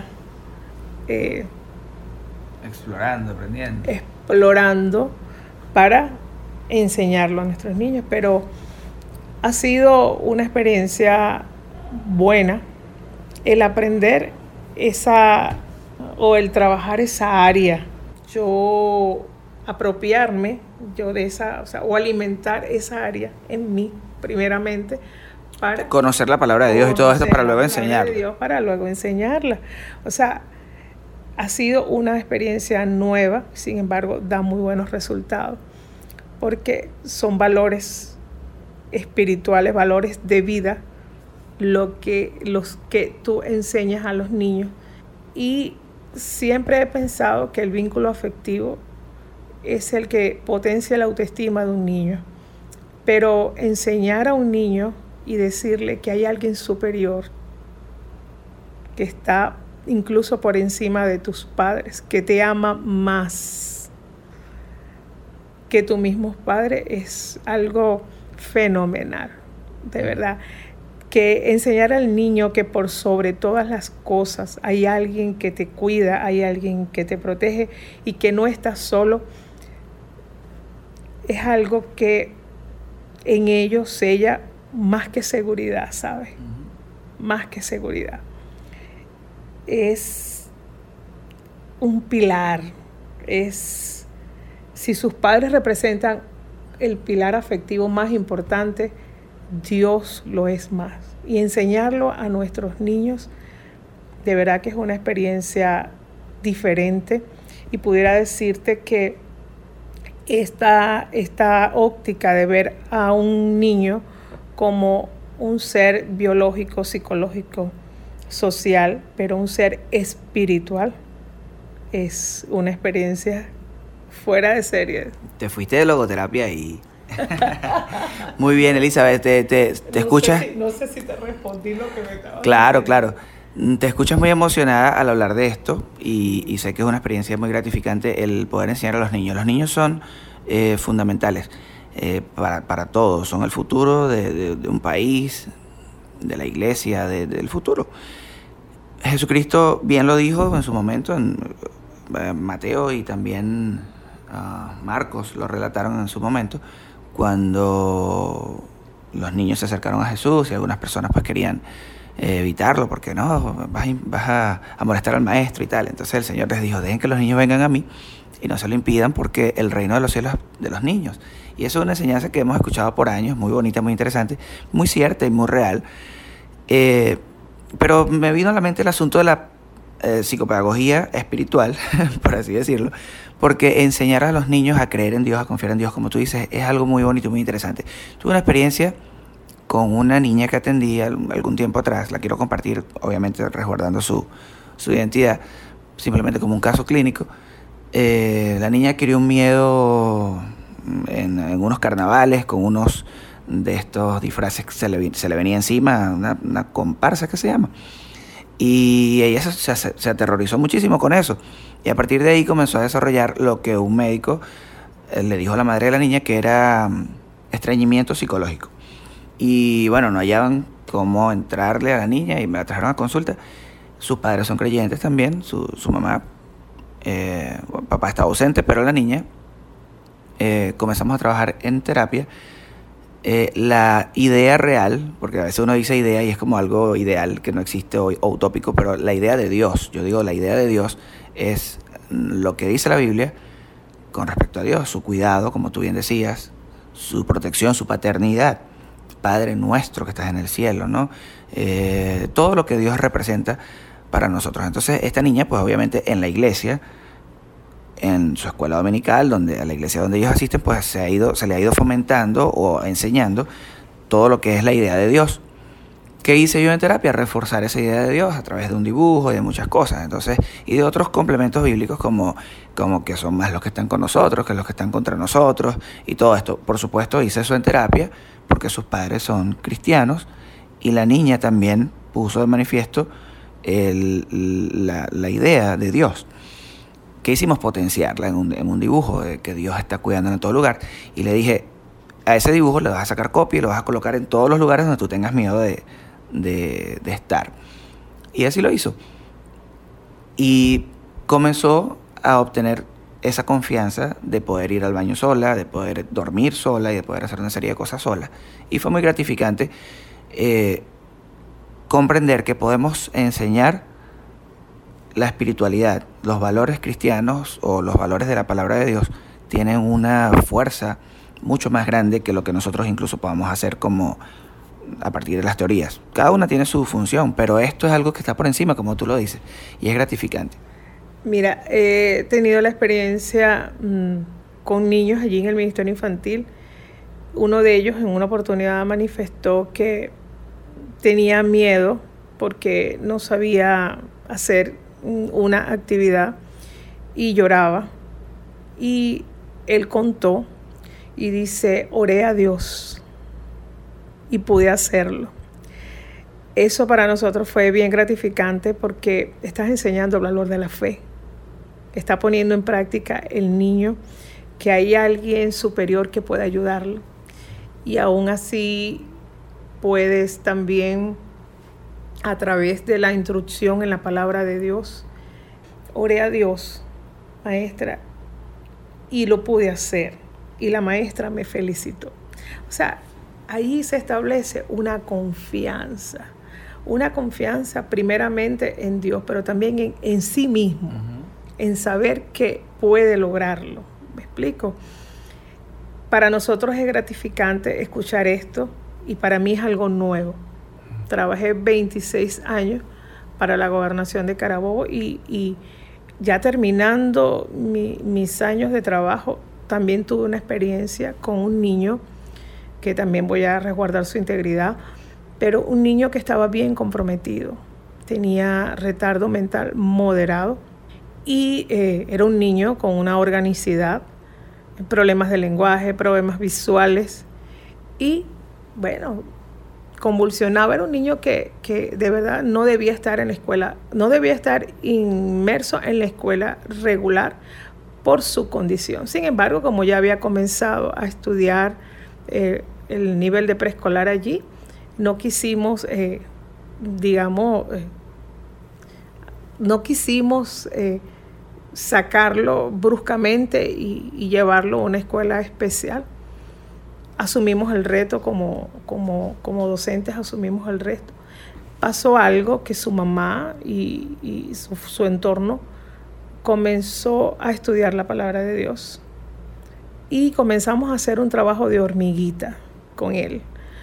explorando para enseñarlo a nuestros niños, pero ha sido una experiencia buena el aprender el trabajar esa área, apropiarme de esa, o alimentar esa área en mí, primeramente, para conocer la palabra de Dios y todo esto para luego enseñarla. O sea, ha sido una experiencia nueva, sin embargo, da muy buenos resultados, porque son valores espirituales, valores de vida, los que tú enseñas a los niños. Y siempre he pensado que el vínculo afectivo es el que potencia la autoestima de un niño. Pero enseñar a un niño y decirle que hay alguien superior, que está incluso por encima de tus padres, que te ama más que tu mismo padre, es algo fenomenal, de verdad. que enseñar al niño que por sobre todas las cosas hay alguien que te cuida, hay alguien que te protege y que no estás solo, es algo que en ellos sella más que seguridad, ¿sabes? Más que seguridad. Es un pilar, si sus padres representan el pilar afectivo más importante, Dios lo es más. Y enseñarlo a nuestros niños, de verdad que es una experiencia diferente. Y pudiera decirte que esta óptica de ver a un niño como un ser biológico, psicológico, social, pero un ser espiritual, es una experiencia fuera de serie. Te fuiste de logoterapia y... Muy bien, Elizabeth, ¿te escuchas? No sé si te respondí lo que me estaba Claro, diciendo. claro. Te escuchas muy emocionada al hablar de esto y sé que es una experiencia muy gratificante el poder enseñar a los niños. Los niños son fundamentales para todos, son el futuro de un país, de la iglesia, del futuro. Jesucristo bien lo dijo en su momento, en Mateo y también Marcos lo relataron en su momento, cuando los niños se acercaron a Jesús y algunas personas pues querían evitarlo porque no, vas a molestar al maestro y tal. Entonces el Señor les dijo, dejen que los niños vengan a mí y no se lo impidan porque el reino de los cielos es de los niños. Y eso es una enseñanza que hemos escuchado por años, muy bonita, muy interesante, muy cierta y muy real. Pero me vino a la mente el asunto de la psicopedagogía espiritual, por así decirlo, porque enseñar a los niños a creer en Dios, a confiar en Dios, como tú dices, es algo muy bonito y muy interesante. Tuve una experiencia con una niña que atendí algún tiempo atrás, la quiero compartir, obviamente resguardando su identidad, simplemente como un caso clínico. La niña adquirió un miedo en unos carnavales con unos de estos disfraces que se le venía encima, una comparsa que se llama. Y ella se aterrorizó muchísimo con eso. Y a partir de ahí comenzó a desarrollar lo que un médico le dijo a la madre de la niña, que era estreñimiento psicológico. Y bueno, no hallaban cómo entrarle a la niña y me la trajeron a consulta. Sus padres son creyentes también, su mamá, papá está ausente, pero la niña, comenzamos a trabajar en terapia. La idea real, porque a veces uno dice idea y es como algo ideal que no existe hoy o utópico, pero la idea de Dios, yo digo la idea de Dios es lo que dice la Biblia con respecto a Dios, su cuidado, como tú bien decías, su protección, su paternidad, Padre nuestro que estás en el cielo, ¿no? Todo lo que Dios representa para nosotros. Entonces esta niña, pues obviamente en la iglesia, en su escuela dominical, a la iglesia donde ellos asisten, pues se le ha ido fomentando o enseñando todo lo que es la idea de Dios. ¿Qué hice yo en terapia? Reforzar esa idea de Dios a través de un dibujo y de muchas cosas. Entonces, y de otros complementos bíblicos como que son más los que están con nosotros que los que están contra nosotros y todo esto. Por supuesto, hice eso en terapia porque sus padres son cristianos y la niña también puso de manifiesto la idea de Dios. ¿Qué hicimos? Potenciarla en un dibujo de que Dios está cuidando en todo lugar. Y le dije, a ese dibujo le vas a sacar copia y lo vas a colocar en todos los lugares donde tú tengas miedo de estar. Y así lo hizo. Y comenzó a obtener esa confianza de poder ir al baño sola, de poder dormir sola y de poder hacer una serie de cosas sola. Y fue muy gratificante comprender que podemos enseñar la espiritualidad, los valores cristianos o los valores de la palabra de Dios tienen una fuerza mucho más grande que lo que nosotros incluso podamos hacer como a partir de las teorías. Cada una tiene su función, pero esto es algo que está por encima, como tú lo dices, y es gratificante. Mira, he tenido la experiencia con niños allí en el Ministerio Infantil. Uno de ellos en una oportunidad manifestó que tenía miedo porque no sabía hacer una actividad y lloraba. Y él contó y dice, oré a Dios y pude hacerlo. Eso para nosotros fue bien gratificante porque estás enseñando el valor de la fe. Está poniendo en práctica el niño que hay alguien superior que pueda ayudarlo. Y aún así puedes también, a través de la instrucción en la palabra de Dios, oré a Dios, maestra, y lo pude hacer. Y la maestra me felicitó. O sea, ahí se establece una confianza primeramente en Dios, pero también en sí mismo, en saber que puede lograrlo. ¿Me explico? Para nosotros es gratificante escuchar esto y para mí es algo nuevo. Trabajé 26 años para la gobernación de Carabobo y ya terminando mis años de trabajo, también tuve una experiencia con un niño que también voy a resguardar su integridad, pero un niño que estaba bien comprometido, tenía retardo mental moderado y era un niño con una organicidad, problemas de lenguaje, problemas visuales y, bueno, convulsionaba. Era un niño que de verdad no debía estar en la escuela, no debía estar inmerso en la escuela regular por su condición. Sin embargo, como ya había comenzado a estudiar el nivel de preescolar allí, no quisimos, sacarlo bruscamente y llevarlo a una escuela especial. Asumimos el reto como docentes, asumimos el reto. Pasó algo que su mamá y su entorno comenzó a estudiar la palabra de Dios y comenzamos a hacer un trabajo de hormiguita con él.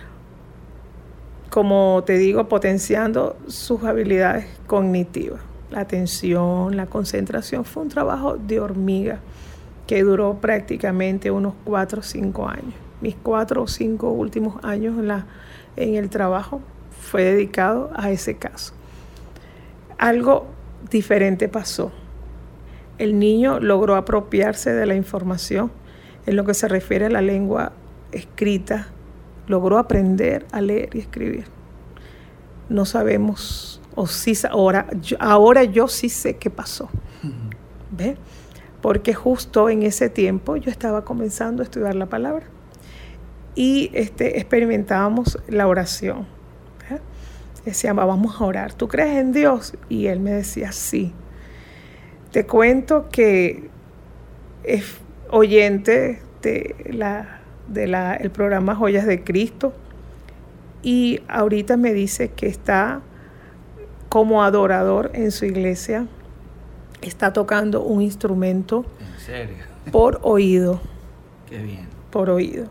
Como te digo, potenciando sus habilidades cognitivas. La atención, la concentración. Fue un trabajo de hormiga que duró prácticamente unos 4 o 5 años. Mis 4 o 5 últimos años en el trabajo fue dedicado a ese caso. Algo diferente pasó. El niño logró apropiarse de la información en lo que se refiere a la lengua escrita. Logró aprender a leer y escribir. No sabemos, o sí, ahora yo sí sé qué pasó. ¿Ve? Porque justo en ese tiempo yo estaba comenzando a estudiar la palabra y experimentábamos la oración. ¿Ve? Decíamos, vamos a orar. ¿Tú crees en Dios? Y él me decía, sí. Te cuento que es oyente el programa Joyas de Cristo y ahorita me dice que está como adorador en su iglesia, está tocando un instrumento. ¿En serio? Por oído. Qué bien. Por oído.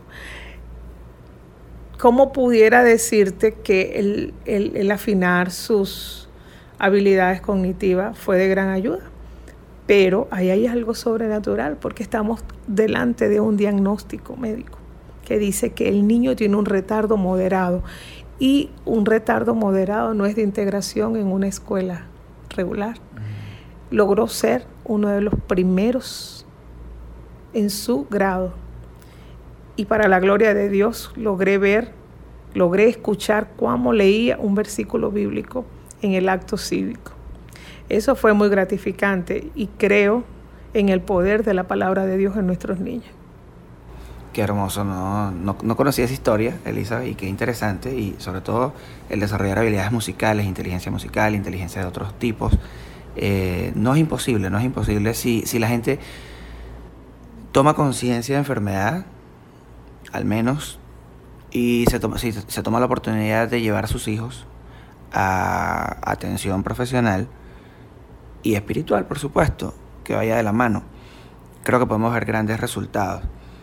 ¿Cómo pudiera decirte que el afinar sus habilidades cognitivas fue de gran ayuda? Pero ahí hay algo sobrenatural porque estamos delante de un diagnóstico médico que dice que el niño tiene un retardo moderado y un retardo moderado no es de integración en una escuela regular. Logró ser uno de los primeros en su grado y para la gloria de Dios logré escuchar cómo leía un versículo bíblico en el acto cívico. Eso fue muy gratificante y creo en el poder de la palabra de Dios en nuestros niños. Qué hermoso, no conocía esa historia, Elizabeth, y qué interesante, y sobre todo el desarrollar habilidades musicales, inteligencia musical, inteligencia de otros tipos. No es imposible si la gente toma conciencia de enfermedad, al menos, y se toma la oportunidad de llevar a sus hijos a atención profesional y espiritual, por supuesto, que vaya de la mano. Creo que podemos ver grandes resultados.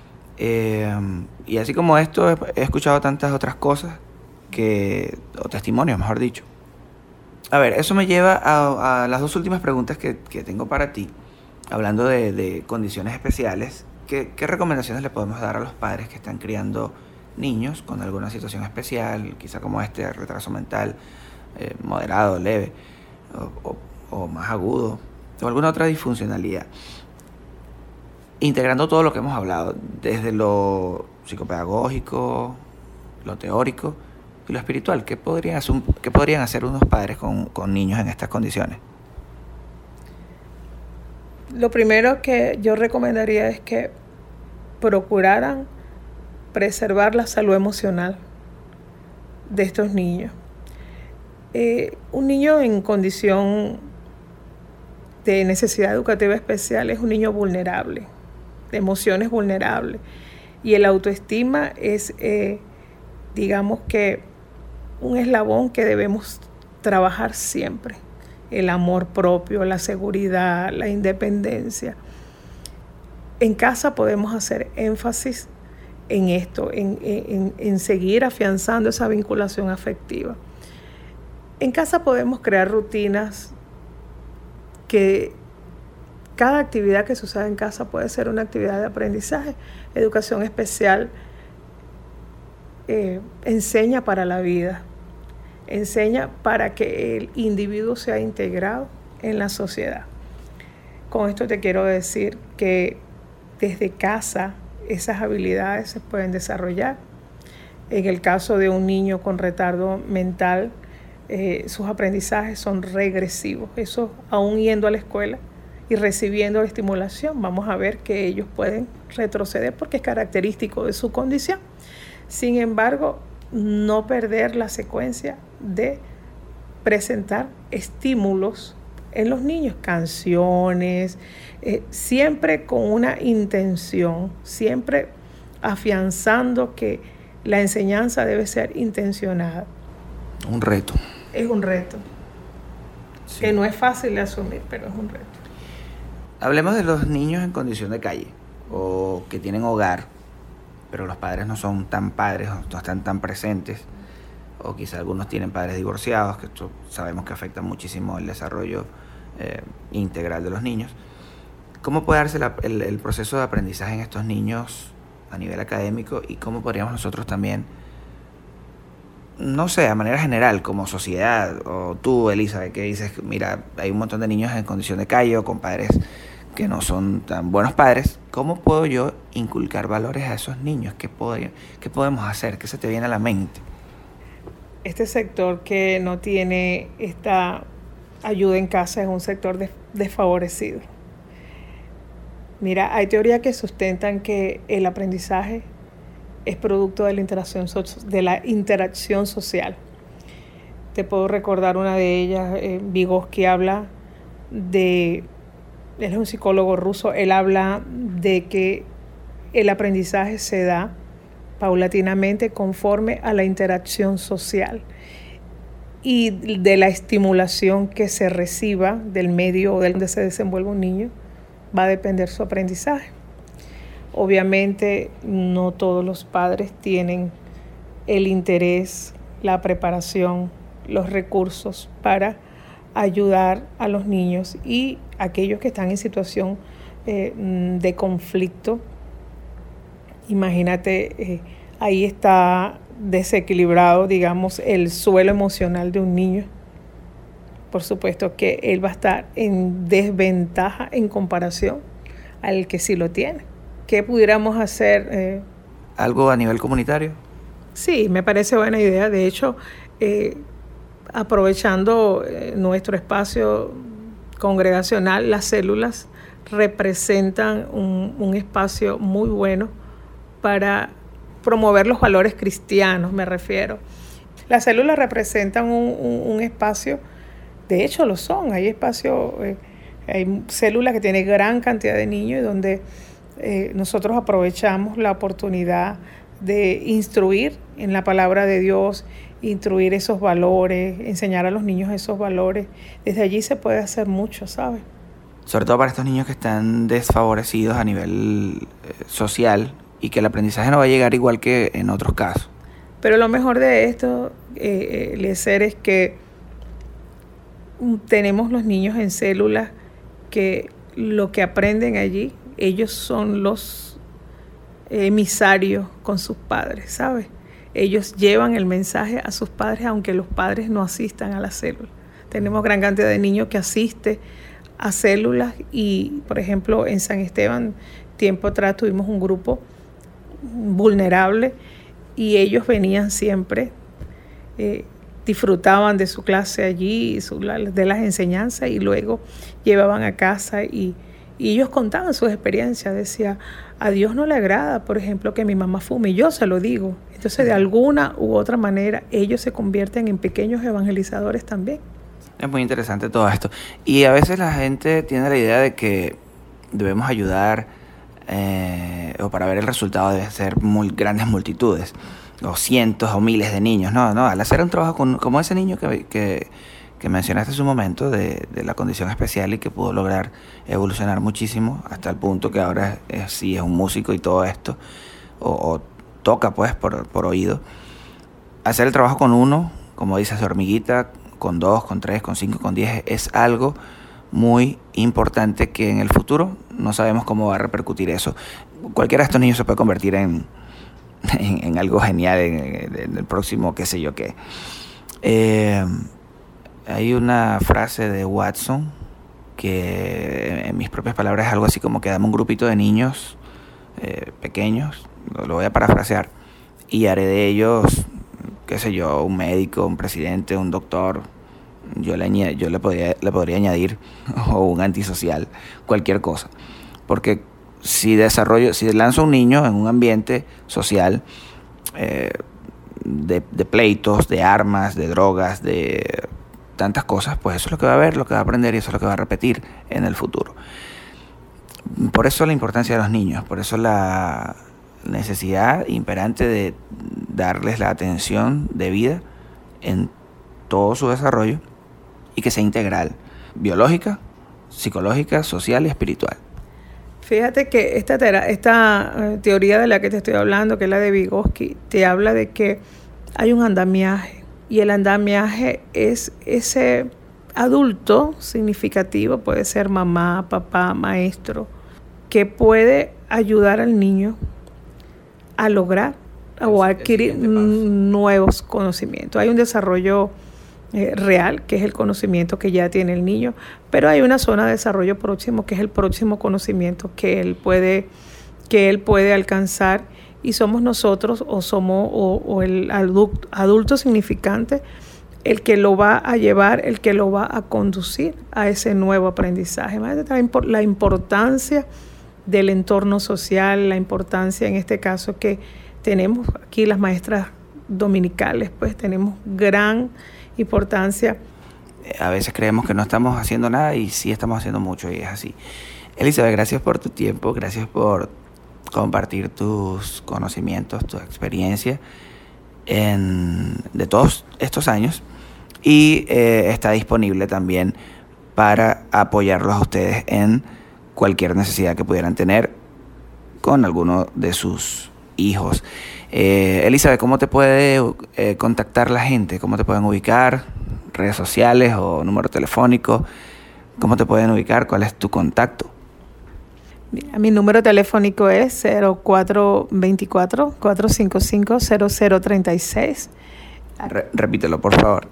Y así como esto, he escuchado tantas otras cosas, o testimonios, mejor dicho. A ver, eso me lleva a las dos últimas preguntas que tengo para ti. Hablando de condiciones especiales, ¿qué recomendaciones le podemos dar a los padres que están criando niños con alguna situación especial, quizá como retraso mental, moderado, leve, o más agudo, o alguna otra disfuncionalidad? Integrando todo lo que hemos hablado, desde lo psicopedagógico, lo teórico y lo espiritual. ¿Qué podrían hacer unos padres con niños en estas condiciones? Lo primero que yo recomendaría es que procuraran preservar la salud emocional. de estos niños. Un niño en condición de necesidad educativa especial es un niño vulnerable, de emociones vulnerables. Y el autoestima es, digamos que, un eslabón que debemos trabajar siempre. El amor propio, la seguridad, la independencia. En casa podemos hacer énfasis en esto, en seguir afianzando esa vinculación afectiva. En casa podemos crear rutinas que cada actividad que suceda en casa puede ser una actividad de aprendizaje. Educación especial enseña para la vida, enseña para que el individuo sea integrado en la sociedad. Con esto te quiero decir que desde casa esas habilidades se pueden desarrollar. En el caso de un niño con retardo mental, sus aprendizajes son regresivos. Eso aún yendo a la escuela y recibiendo la estimulación, vamos a ver que ellos pueden retroceder porque es característico de su condición. Sin embargo, no perder la secuencia de presentar estímulos en los niños, canciones, siempre con una intención, siempre afianzando que la enseñanza debe ser intencionada. Un reto. Es un reto, sí, que no es fácil de asumir, pero es un reto. Hablemos de los niños en condición de calle o que tienen hogar, pero los padres no son tan padres, no están tan presentes, o quizá algunos tienen padres divorciados, que esto sabemos que afecta muchísimo el desarrollo integral de los niños. ¿Cómo puede darse el proceso de aprendizaje en estos niños a nivel académico y cómo podríamos nosotros también, no sé, a manera general, como sociedad, o tú, Elisa, que dices, mira, hay un montón de niños en condición de calle o con padres que no son tan buenos padres, ¿cómo puedo yo inculcar valores a esos niños? ¿Qué podemos hacer? ¿Qué se te viene a la mente? Este sector que no tiene esta ayuda en casa es un sector desfavorecido. Mira, hay teorías que sustentan que el aprendizaje es producto de la interacción social. Te puedo recordar una de ellas, Vygotsky habla él es un psicólogo ruso, él habla de que el aprendizaje se da paulatinamente conforme a la interacción social y de la estimulación que se reciba del medio donde se desenvuelve un niño, va a depender su aprendizaje. Obviamente no todos los padres tienen el interés, la preparación, los recursos para ayudar a los niños y aquellos que están en situación de conflicto. Imagínate, ahí está desequilibrado, digamos, el suelo emocional de un niño. Por supuesto que él va a estar en desventaja en comparación al que sí lo tiene. ¿Qué pudiéramos hacer? ¿Algo a nivel comunitario? Sí, me parece buena idea. De hecho, aprovechando nuestro espacio congregacional, las células representan un espacio muy bueno para promover los valores cristianos, me refiero. Las células representan un espacio, de hecho lo son, hay espacio, hay células que tienen gran cantidad de niños y donde nosotros aprovechamos la oportunidad de instruir en la palabra de Dios, instruir esos valores, enseñar a los niños esos valores. Desde allí se puede hacer mucho, ¿sabes? Sobre todo para estos niños que están desfavorecidos a nivel social y que el aprendizaje no va a llegar igual que en otros casos. Pero lo mejor de esto, Eliezer, es que tenemos los niños en células que lo que aprenden allí, ellos son los emisarios con sus padres, ¿sabes? Ellos llevan el mensaje a sus padres, aunque los padres no asistan a la célula. Tenemos gran cantidad de niños que asisten a células y, por ejemplo, en San Esteban, tiempo atrás tuvimos un grupo vulnerable y ellos venían siempre, disfrutaban de su clase allí, de las enseñanzas y luego llevaban a casa y Y ellos contaban sus experiencias, decía, a Dios no le agrada, por ejemplo, que mi mamá fume, y yo se lo digo. Entonces, de alguna u otra manera, ellos se convierten en pequeños evangelizadores también. Es muy interesante todo esto. Y a veces la gente tiene la idea de que debemos ayudar o para ver el resultado debe ser grandes multitudes, o cientos o miles de niños. No, al hacer un trabajo como ese niño que mencionaste hace un momento de la condición especial y que pudo lograr evolucionar muchísimo hasta el punto que ahora sí es un músico y todo esto, o toca pues por oído. Hacer el trabajo con uno, como dice su hormiguita, con 2, con 3, con 5, con 10, es algo muy importante que en el futuro no sabemos cómo va a repercutir eso. Cualquiera de estos niños se puede convertir en algo genial en el próximo qué sé yo qué. Hay una frase de Watson que en mis propias palabras es algo así como que dame un grupito de niños pequeños, lo voy a parafrasear, y haré de ellos, qué sé yo, un médico, un presidente, un doctor. Yo le podría añadir o un antisocial, cualquier cosa. Porque si lanzo a un niño en un ambiente social de pleitos, de armas, de drogas, de tantas cosas, pues eso es lo que va a ver, lo que va a aprender y eso es lo que va a repetir en el futuro. Por eso la importancia de los niños, por eso la necesidad imperante de darles la atención debida en todo su desarrollo y que sea integral, biológica, psicológica, social y espiritual. Fíjate que esta teoría de la que te estoy hablando, que es la de Vygotsky, te habla de que hay un andamiaje, y el andamiaje es ese adulto significativo, puede ser mamá, papá, maestro, que puede ayudar al niño a lograr o a adquirir nuevos conocimientos. Hay un desarrollo real, que es el conocimiento que ya tiene el niño, pero hay una zona de desarrollo próximo, que es el próximo conocimiento que él puede alcanzar, y somos nosotros o el adulto significante el que lo va a llevar, el que lo va a conducir a ese nuevo aprendizaje. La importancia del entorno social, la importancia en este caso que tenemos aquí las maestras dominicales, pues tenemos gran importancia. A veces creemos que no estamos haciendo nada y sí estamos haciendo mucho, y es así. Elizabeth, gracias por tu tiempo, gracias por compartir tus conocimientos, tu experiencia de todos estos años, y está disponible también para apoyarlos a ustedes en cualquier necesidad que pudieran tener con alguno de sus hijos. Elizabeth, ¿cómo te puede contactar la gente? ¿Cómo te pueden ubicar? ¿Redes sociales o número telefónico? ¿Cómo te pueden ubicar? ¿Cuál es tu contacto? Mira, mi número telefónico es 0424-455-0036. Repítelo, por favor.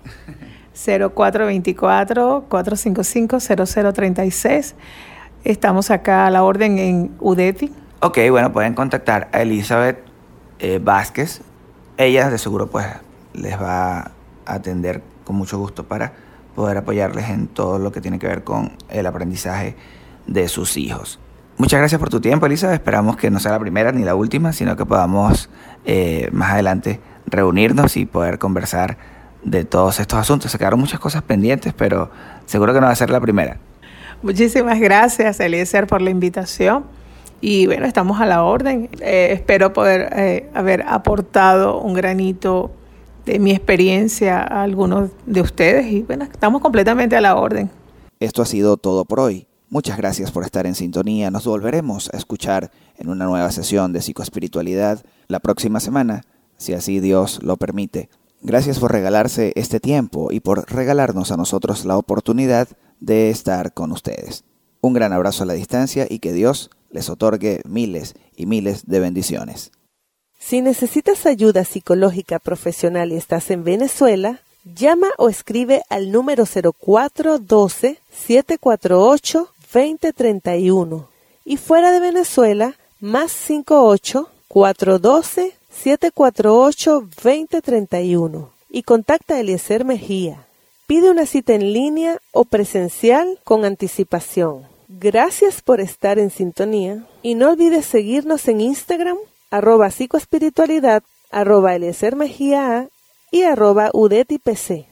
0424-455-0036. Estamos acá a la orden en UDETI. Ok, bueno, pueden contactar a Elizabeth Vázquez. Ella de seguro pues les va a atender con mucho gusto para poder apoyarles en todo lo que tiene que ver con el aprendizaje de sus hijos. Muchas gracias por tu tiempo, Elizabeth. Esperamos que no sea la primera ni la última, sino que podamos más adelante reunirnos y poder conversar de todos estos asuntos. Se quedaron muchas cosas pendientes, pero seguro que no va a ser la primera. Muchísimas gracias, Eliezer, por la invitación. Y bueno, estamos a la orden. Espero poder haber aportado un granito de mi experiencia a algunos de ustedes. Y bueno, estamos completamente a la orden. Esto ha sido todo por hoy. Muchas gracias por estar en sintonía. Nos volveremos a escuchar en una nueva sesión de psicoespiritualidad la próxima semana, si así Dios lo permite. Gracias por regalarse este tiempo y por regalarnos a nosotros la oportunidad de estar con ustedes. Un gran abrazo a la distancia y que Dios les otorgue miles y miles de bendiciones. Si necesitas ayuda psicológica profesional y estás en Venezuela, llama o escribe al número 0412-748-2031 y fuera de Venezuela, más 58-412-748-2031 y contacta a Eliezer Mejía. Pide una cita en línea o presencial con anticipación. Gracias por estar en sintonía y no olvides seguirnos en Instagram, @psicoespiritualidad, @eliezer Mejía y @udetipc.